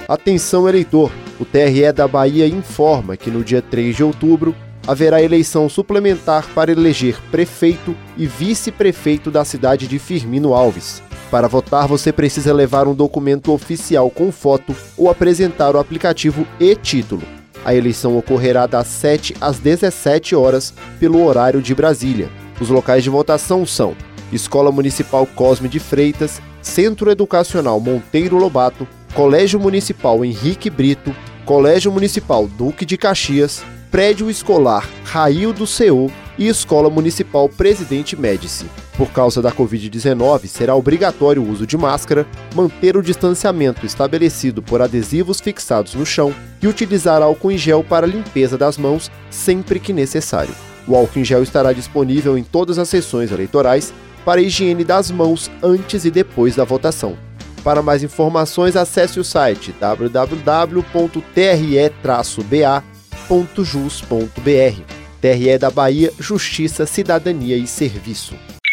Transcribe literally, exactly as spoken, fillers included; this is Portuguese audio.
Atenção, eleitor! O T R E da Bahia informa que no dia três de outubro haverá eleição suplementar para eleger prefeito e vice-prefeito da cidade de Firmino Alves. Para votar, você precisa levar um documento oficial com foto ou apresentar o aplicativo e-título. A eleição ocorrerá das sete às dezessete horas pelo horário de Brasília. Os locais de votação são Escola Municipal Cosme de Freitas, Centro Educacional Monteiro Lobato, Colégio Municipal Henrique Brito, Colégio Municipal Duque de Caxias, Prédio Escolar Raildo Ceô e Escola Municipal Presidente Médici. Por causa da covid dezenove, será obrigatório o uso de máscara, manter o distanciamento estabelecido por adesivos fixados no chão e utilizar álcool em gel para limpeza das mãos sempre que necessário. O álcool em gel estará disponível em todas as sessões eleitorais para a higiene das mãos antes e depois da votação. Para mais informações, acesse o site w w w ponto t r e traço b a ponto jus ponto b r. T R E da Bahia, Justiça, Cidadania e Serviço.